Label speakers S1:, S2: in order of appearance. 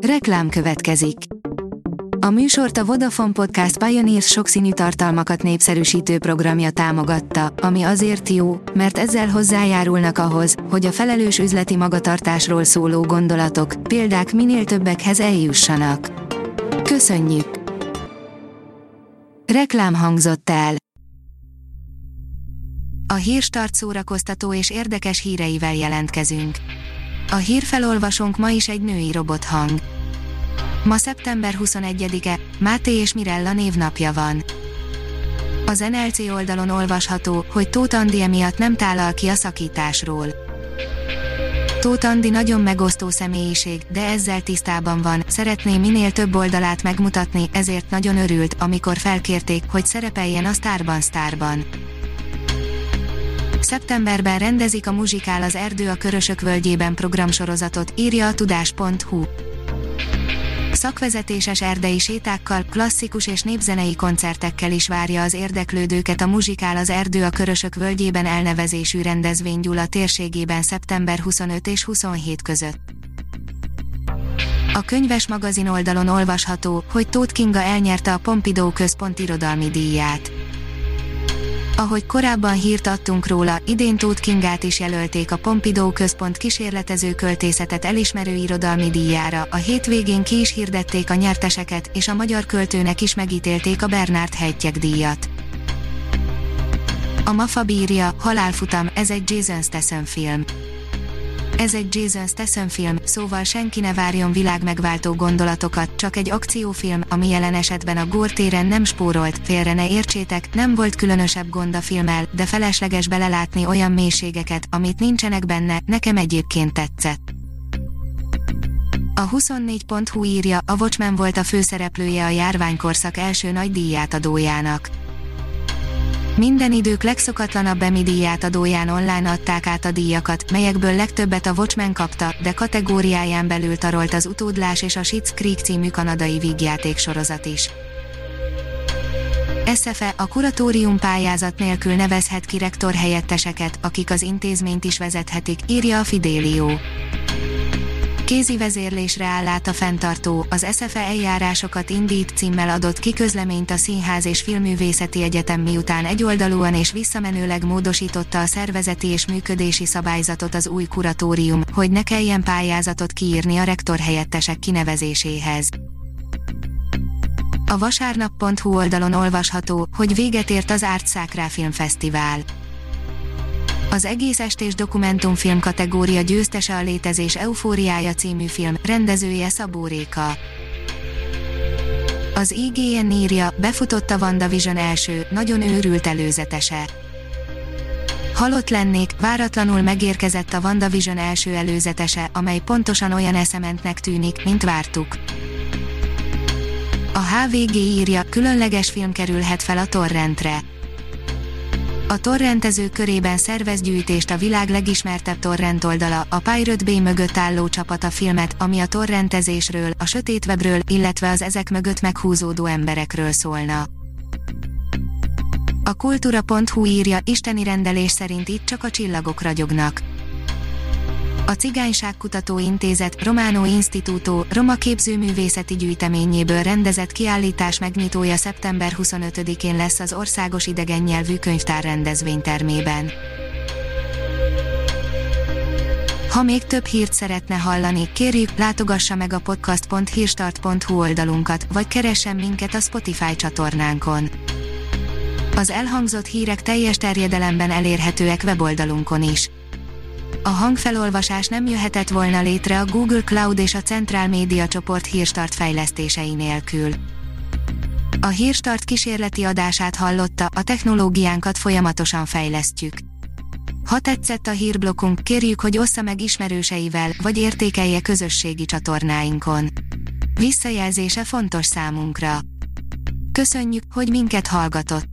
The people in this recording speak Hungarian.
S1: Reklám következik. A műsort a Vodafone Podcast Pioneers sokszínű tartalmakat népszerűsítő programja támogatta, ami azért jó, mert ezzel hozzájárulnak ahhoz, hogy a felelős üzleti magatartásról szóló gondolatok, példák minél többekhez eljussanak. Köszönjük! Reklám hangzott el. A Hírstart szórakoztató és érdekes híreivel jelentkezünk. A hírfelolvasónk ma is egy női robothang. Ma szeptember 21-e, Máté és Mirella névnapja van. Az NLC oldalon olvasható, hogy Tóth Andi emiatt nem tálal ki a szakításról. Tóth Andi nagyon megosztó személyiség, de ezzel tisztában van, szeretné minél több oldalát megmutatni, ezért nagyon örült, amikor felkérték, hogy szerepeljen a Sztárban. Szeptemberben rendezik a Muzsikál az erdő a Körösök völgyében programsorozatot, írja a tudás.hu. Szakvezetéses erdei sétákkal, klasszikus és népzenei koncertekkel is várja az érdeklődőket a Muzsikál az erdő a Körösök völgyében elnevezésű rendezvény Gyula térségében szeptember 25 és 27 között. A Könyves magazin oldalon olvasható, hogy Tóth Kinga elnyerte a Pompidou Központ irodalmi díját. Ahogy korábban hírt adtunk róla, idén Tóth Kingát is jelölték a Pompidou Központ kísérletező költészetet elismerő irodalmi díjára, a hétvégén ki is hirdették a nyerteseket, és a magyar költőnek is megítélték a Bernard Haitink díjat. A Mafab írja, Halálfutam, ez egy Jason Statham film. Ez egy Jason Statham film, szóval senki ne várjon világmegváltó gondolatokat, csak egy akciófilm, ami jelen esetben a gore téren nem spórolt, félre ne értsétek, nem volt különösebb gond a filmmel, de felesleges belelátni olyan mélységeket, amit nincsenek benne, nekem egyébként tetszett. A 24.hu írja, a Watchmen volt a főszereplője a járványkorszak első nagy díjátadójának. Minden idők legszokatlanabb Emmy díjátadóján online adták át a díjakat, melyekből legtöbbet a Watchmen kapta, de kategóriáján belül tarolt az Utódlás és a Schitt's Creek című kanadai vígjátéksorozat is. SFE, a kuratórium pályázat nélkül nevezhet ki rektorhelyetteseket, akik az intézményt is vezethetik, írja a Fidelio. Kézi vezérlésre áll át a fenntartó, az SFE eljárásokat indít címmel adott ki közleményt a Színház és Filmművészeti Egyetem, miután egyoldalúan és visszamenőleg módosította a szervezeti és működési szabályzatot az új kuratórium, hogy ne kelljen pályázatot kiírni a rektorhelyettesek kinevezéséhez. A vasárnap.hu oldalon olvasható, hogy véget ért az Art Sacra Filmfesztivál. Az egész estés dokumentumfilm kategória győztese a Létezés eufóriája című film, rendezője Szabó Réka. Az IGN írja, befutott a WandaVision első, nagyon őrült előzetese. Halott lennék, váratlanul megérkezett a WandaVision első előzetese, amely pontosan olyan eszementnek tűnik, mint vártuk. A HVG írja, különleges film kerülhet fel a torrentre. A torrentezők körében szervez gyűjtést a világ legismertebb torrent oldala, a Pirate Bay mögött álló csapat a filmet, ami a torrentezésről, a sötét webről, illetve az ezek mögött meghúzódó emberekről szólna. A kultúra.hu írja, isteni rendelés szerint itt csak a csillagok ragyognak. A Cigányságkutató Intézet, Romano Instituto, Roma képzőművészeti gyűjteményéből rendezett kiállítás megnyitója szeptember 25-én lesz az Országos Idegennyelvű Könyvtár rendezvénytermében. Ha még több hírt szeretne hallani, kérjük, látogassa meg a podcast.hírstart.hu oldalunkat, vagy keressen minket a Spotify csatornánkon. Az elhangzott hírek teljes terjedelemben elérhetőek weboldalunkon is. A hangfelolvasás nem jöhetett volna létre a Google Cloud és a Central Média csoport Hírstart fejlesztései nélkül. A Hírstart kísérleti adását hallotta, a technológiánkat folyamatosan fejlesztjük. Ha tetszett a hírblokkunk, kérjük, hogy ossza meg ismerőseivel, vagy értékelje közösségi csatornáinkon. Visszajelzése fontos számunkra. Köszönjük, hogy minket hallgatott!